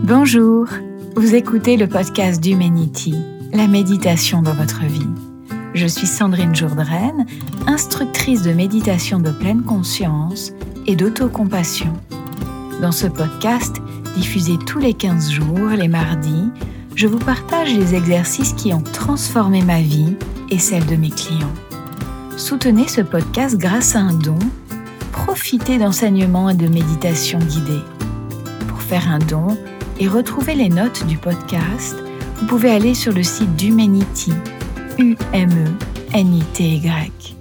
Bonjour, vous écoutez le podcast d'Humanity, la méditation dans votre vie. Je suis Sandrine Jourdraine, instructrice de méditation de pleine conscience et d'autocompassion. Dans ce podcast, diffusé tous les 15 jours, les mardis, je vous partage les exercices qui ont transformé ma vie et celle de mes clients. Soutenez ce podcast grâce à un don. Profitez d'enseignements et de méditations guidées. Pour faire un don et retrouver les notes du podcast, vous pouvez aller sur le site d'Humanity, U-M-E-N-I-T-Y.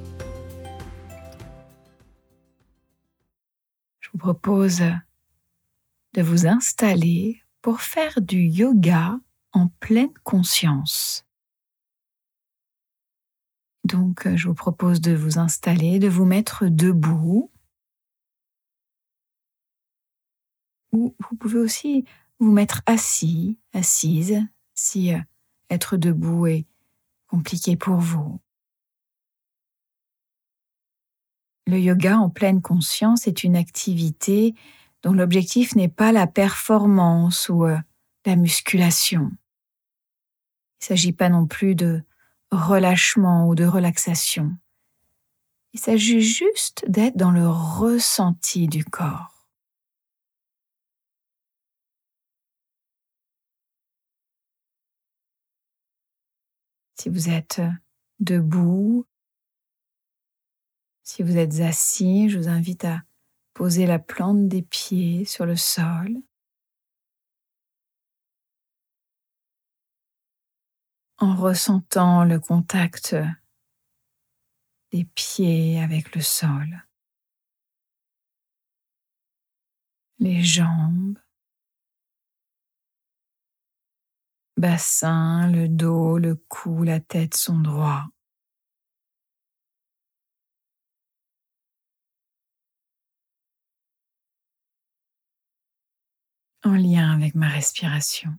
Je vous propose de vous installer pour faire du yoga en pleine conscience. Donc, je vous propose de vous installer, de vous mettre debout. Ou vous pouvez aussi vous mettre assis, assise, si être debout est compliqué pour vous. Le yoga en pleine conscience est une activité dont l'objectif n'est pas la performance ou la musculation. Il ne s'agit pas non plus de relâchement ou de relaxation. Il s'agit juste d'être dans le ressenti du corps. Si vous êtes debout, si vous êtes assis, je vous invite à poser la plante des pieds sur le sol. En ressentant le contact des pieds avec le sol, les jambes, bassin, le dos, le cou, la tête sont droits. En lien avec ma respiration.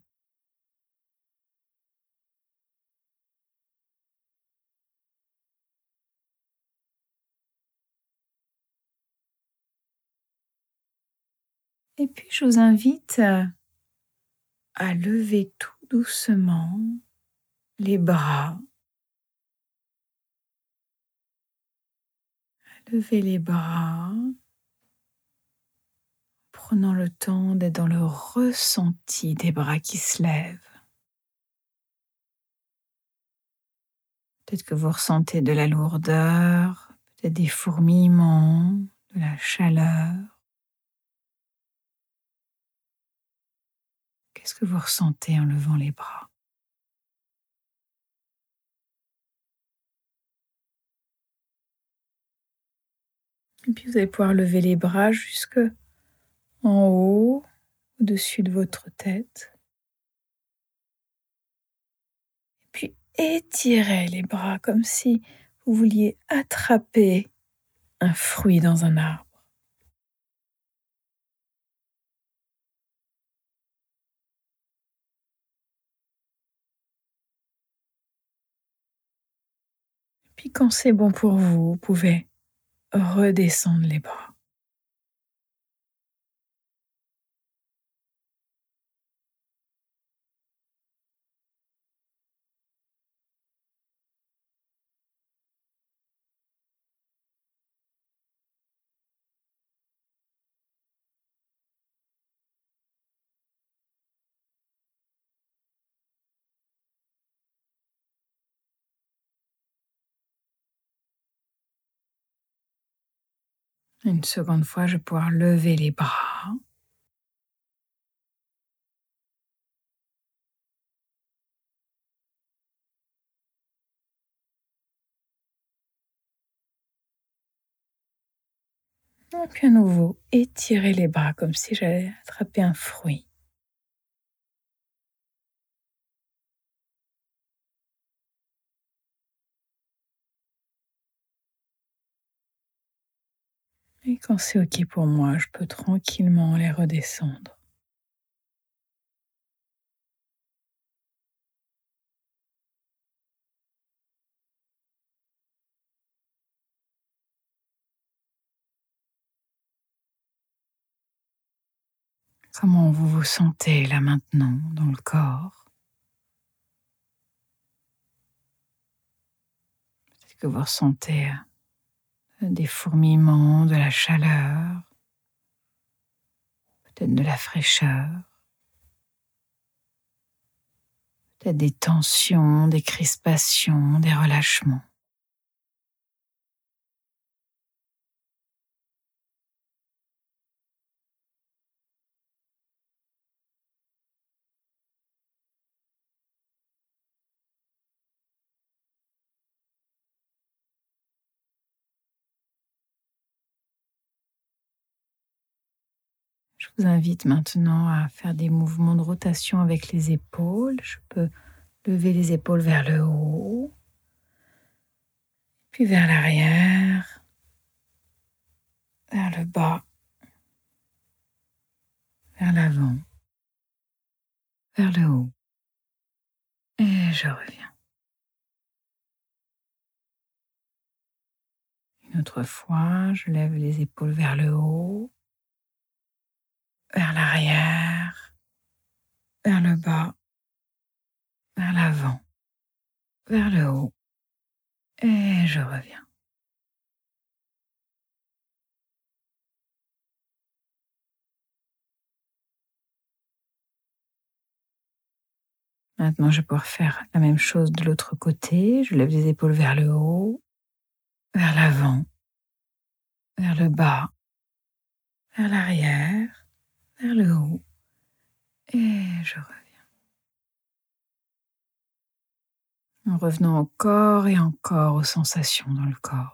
Et puis je vous invite à lever tout doucement les bras. Levez les bras, prenant le temps d'être dans le ressenti des bras qui se lèvent. Peut-être que vous ressentez de la lourdeur, peut-être des fourmillements, de la chaleur. Qu'est-ce que vous ressentez en levant les bras ? Et puis vous allez pouvoir lever les bras jusque en haut, au-dessus de votre tête. Et puis étirez les bras comme si vous vouliez attraper un fruit dans un arbre. Et puis quand c'est bon pour vous, vous pouvez redescendre les bras. Une seconde fois, je vais pouvoir lever les bras. Et puis à nouveau, étirez les bras comme si j'allais attraper un fruit. Et quand c'est OK pour moi, je peux tranquillement les redescendre. Comment vous vous sentez là maintenant dans le corps? Est-ce que vous ressentez des fourmillements, de la chaleur, peut-être de la fraîcheur, peut-être des tensions, des crispations, des relâchements? Je vous invite maintenant à faire des mouvements de rotation avec les épaules. Je peux lever les épaules vers le haut, puis vers l'arrière, vers le bas, vers l'avant, vers le haut. Et je reviens. Une autre fois, je lève les épaules vers le haut, vers l'arrière, vers le bas, vers l'avant, vers le haut. Et je reviens. Maintenant, je vais pouvoir faire la même chose de l'autre côté. Je lève les épaules vers le haut, vers l'avant, vers le bas, vers l'arrière, vers le haut. Et je reviens. En revenant encore et encore aux sensations dans le corps.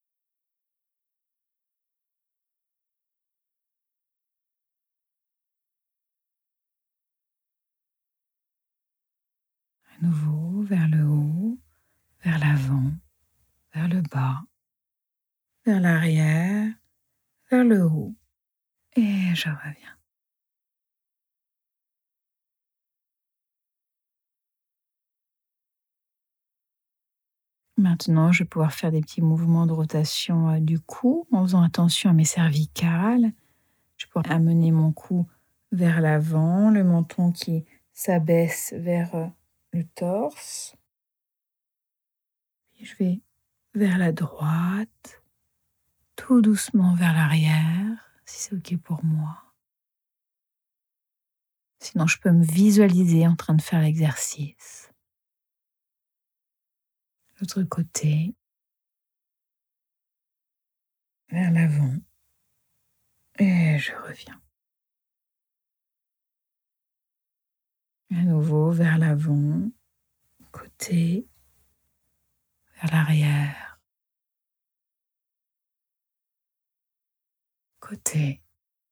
À nouveau, vers le haut, vers l'avant, vers le bas, vers l'arrière, vers le haut. Et je reviens. Maintenant, je vais pouvoir faire des petits mouvements de rotation du cou en faisant attention à mes cervicales. Je vais pouvoir amener mon cou vers l'avant, le menton qui s'abaisse vers le torse. Puis je vais vers la droite, tout doucement vers l'arrière, si c'est OK pour moi. Sinon, je peux me visualiser en train de faire l'exercice. L'autre côté, vers l'avant. Et je reviens. À nouveau, vers l'avant, côté, vers l'arrière, côté,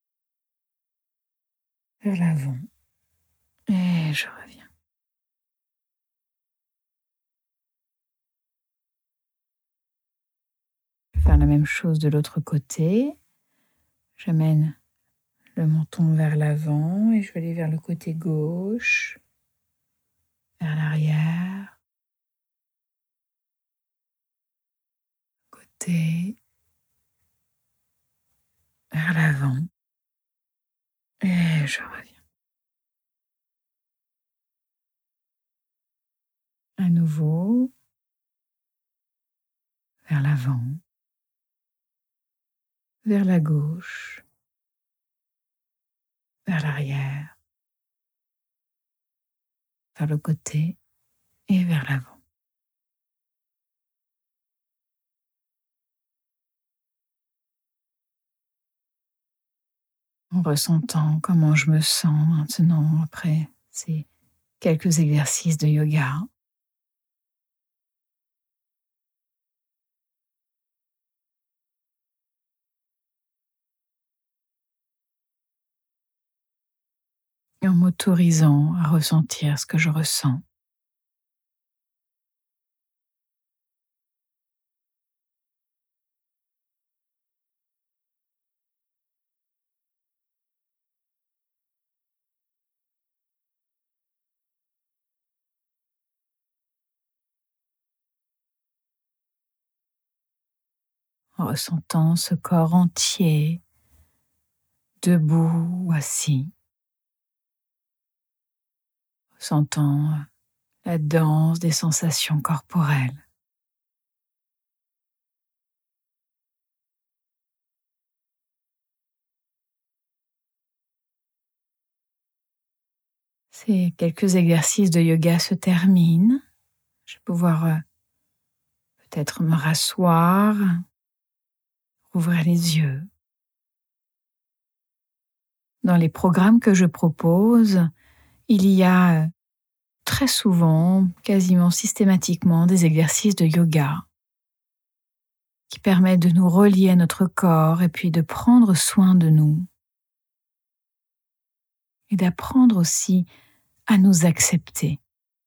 vers l'avant. Et je reviens. Je vais faire la même chose de l'autre côté. J'amène le menton vers l'avant et je vais aller vers le côté gauche, vers l'arrière, côté, vers l'avant. Et je reviens. À nouveau, vers l'avant, vers la gauche, vers l'arrière, vers le côté et vers l'avant. En ressentant comment je me sens maintenant après ces quelques exercices de yoga. Et en m'autorisant à ressentir ce que je ressens. En ressentant ce corps entier, debout ou assis. sentant la danse des sensations corporelles. Ces quelques exercices de yoga se terminent. Je vais pouvoir peut-être me rasseoir, rouvrir les yeux. Dans les programmes que je propose, il y a très souvent, quasiment systématiquement, des exercices de yoga qui permettent de nous relier à notre corps et puis de prendre soin de nous et d'apprendre aussi à nous accepter.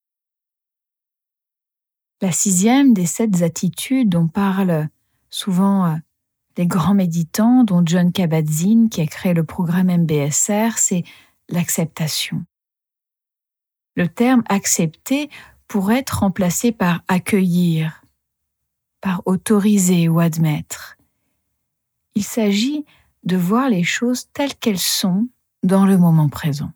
La 6e des 7 attitudes dont parlent souvent les grands méditants, dont Jon Kabat-Zinn, qui a créé le programme MBSR, c'est l'acceptation. Le terme « accepter » pourrait être remplacé par « accueillir », par « autoriser » ou « admettre ». Il s'agit de voir les choses telles qu'elles sont dans le moment présent.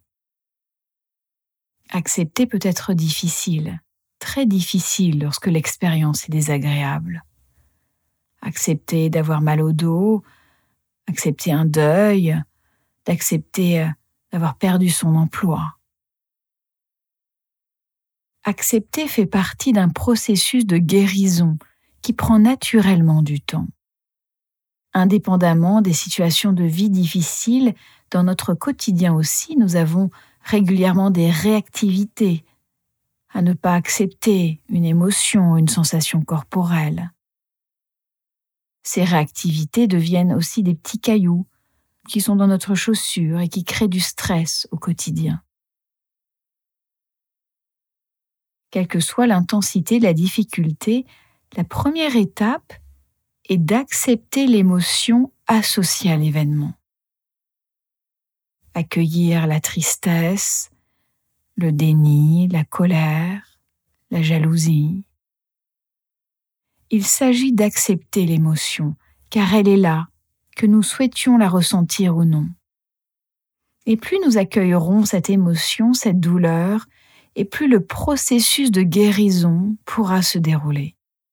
Accepter peut être difficile, très difficile lorsque l'expérience est désagréable. Accepter d'avoir mal au dos, accepter un deuil, d'accepter d'avoir perdu son emploi. Accepter fait partie d'un processus de guérison qui prend naturellement du temps. Indépendamment des situations de vie difficiles, dans notre quotidien aussi, nous avons régulièrement des réactivités à ne pas accepter une émotion, une sensation corporelle. Ces réactivités deviennent aussi des petits cailloux qui sont dans notre chaussure et qui créent du stress au quotidien. Quelle que soit l'intensité de la difficulté, la première étape est d'accepter l'émotion associée à l'événement. Accueillir la tristesse, le déni, la colère, la jalousie. Il s'agit d'accepter l'émotion, car elle est là, que nous souhaitions la ressentir ou non. Et plus nous accueillerons cette émotion, cette douleur, et plus le processus de guérison pourra se dérouler.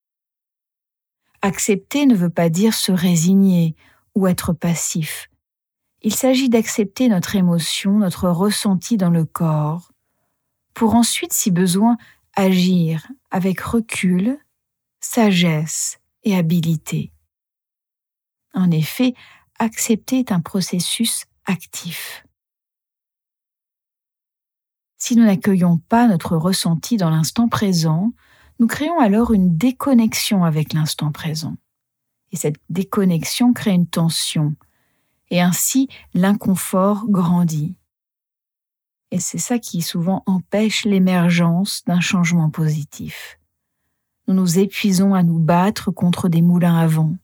Accepter ne veut pas dire se résigner ou être passif. Il s'agit d'accepter notre émotion, notre ressenti dans le corps, pour ensuite, si besoin, agir avec recul, sagesse et habileté. En effet, accepter est un processus actif. Si nous n'accueillons pas notre ressenti dans l'instant présent, nous créons alors une déconnexion avec l'instant présent. Et cette déconnexion crée une tension, et ainsi l'inconfort grandit. Et c'est ça qui souvent empêche l'émergence d'un changement positif. Nous nous épuisons à nous battre contre des moulins à vent.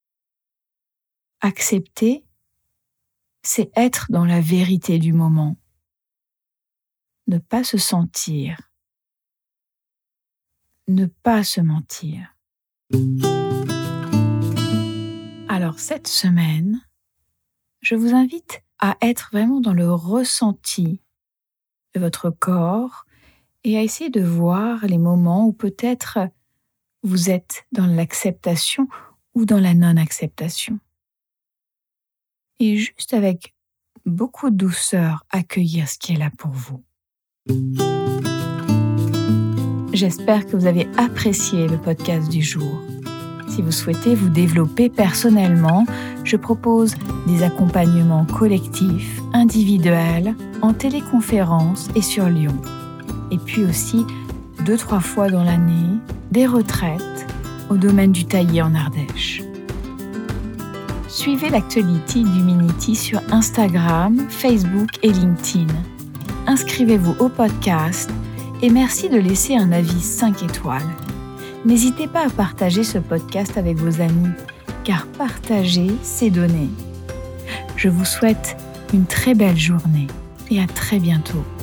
Accepter, c'est être dans la vérité du moment. Ne pas se sentir. Ne pas se mentir. Alors cette semaine, je vous invite à être vraiment dans le ressenti de votre corps et à essayer de voir les moments où peut-être vous êtes dans l'acceptation ou dans la non-acceptation. Et juste avec beaucoup de douceur, accueillir ce qui est là pour vous. J'espère que vous avez apprécié le podcast du jour. Si vous souhaitez vous développer personnellement, je propose des accompagnements collectifs, individuels, en téléconférence et sur Lyon. Et puis aussi, 2-3 fois dans l'année, des retraites au domaine du taillis en Ardèche. Suivez l'actualité d'Humanity sur Instagram, Facebook et LinkedIn. Inscrivez-vous au podcast et merci de laisser un avis 5 étoiles. N'hésitez pas à partager ce podcast avec vos amis, car partager, c'est donner. Je vous souhaite une très belle journée et à très bientôt.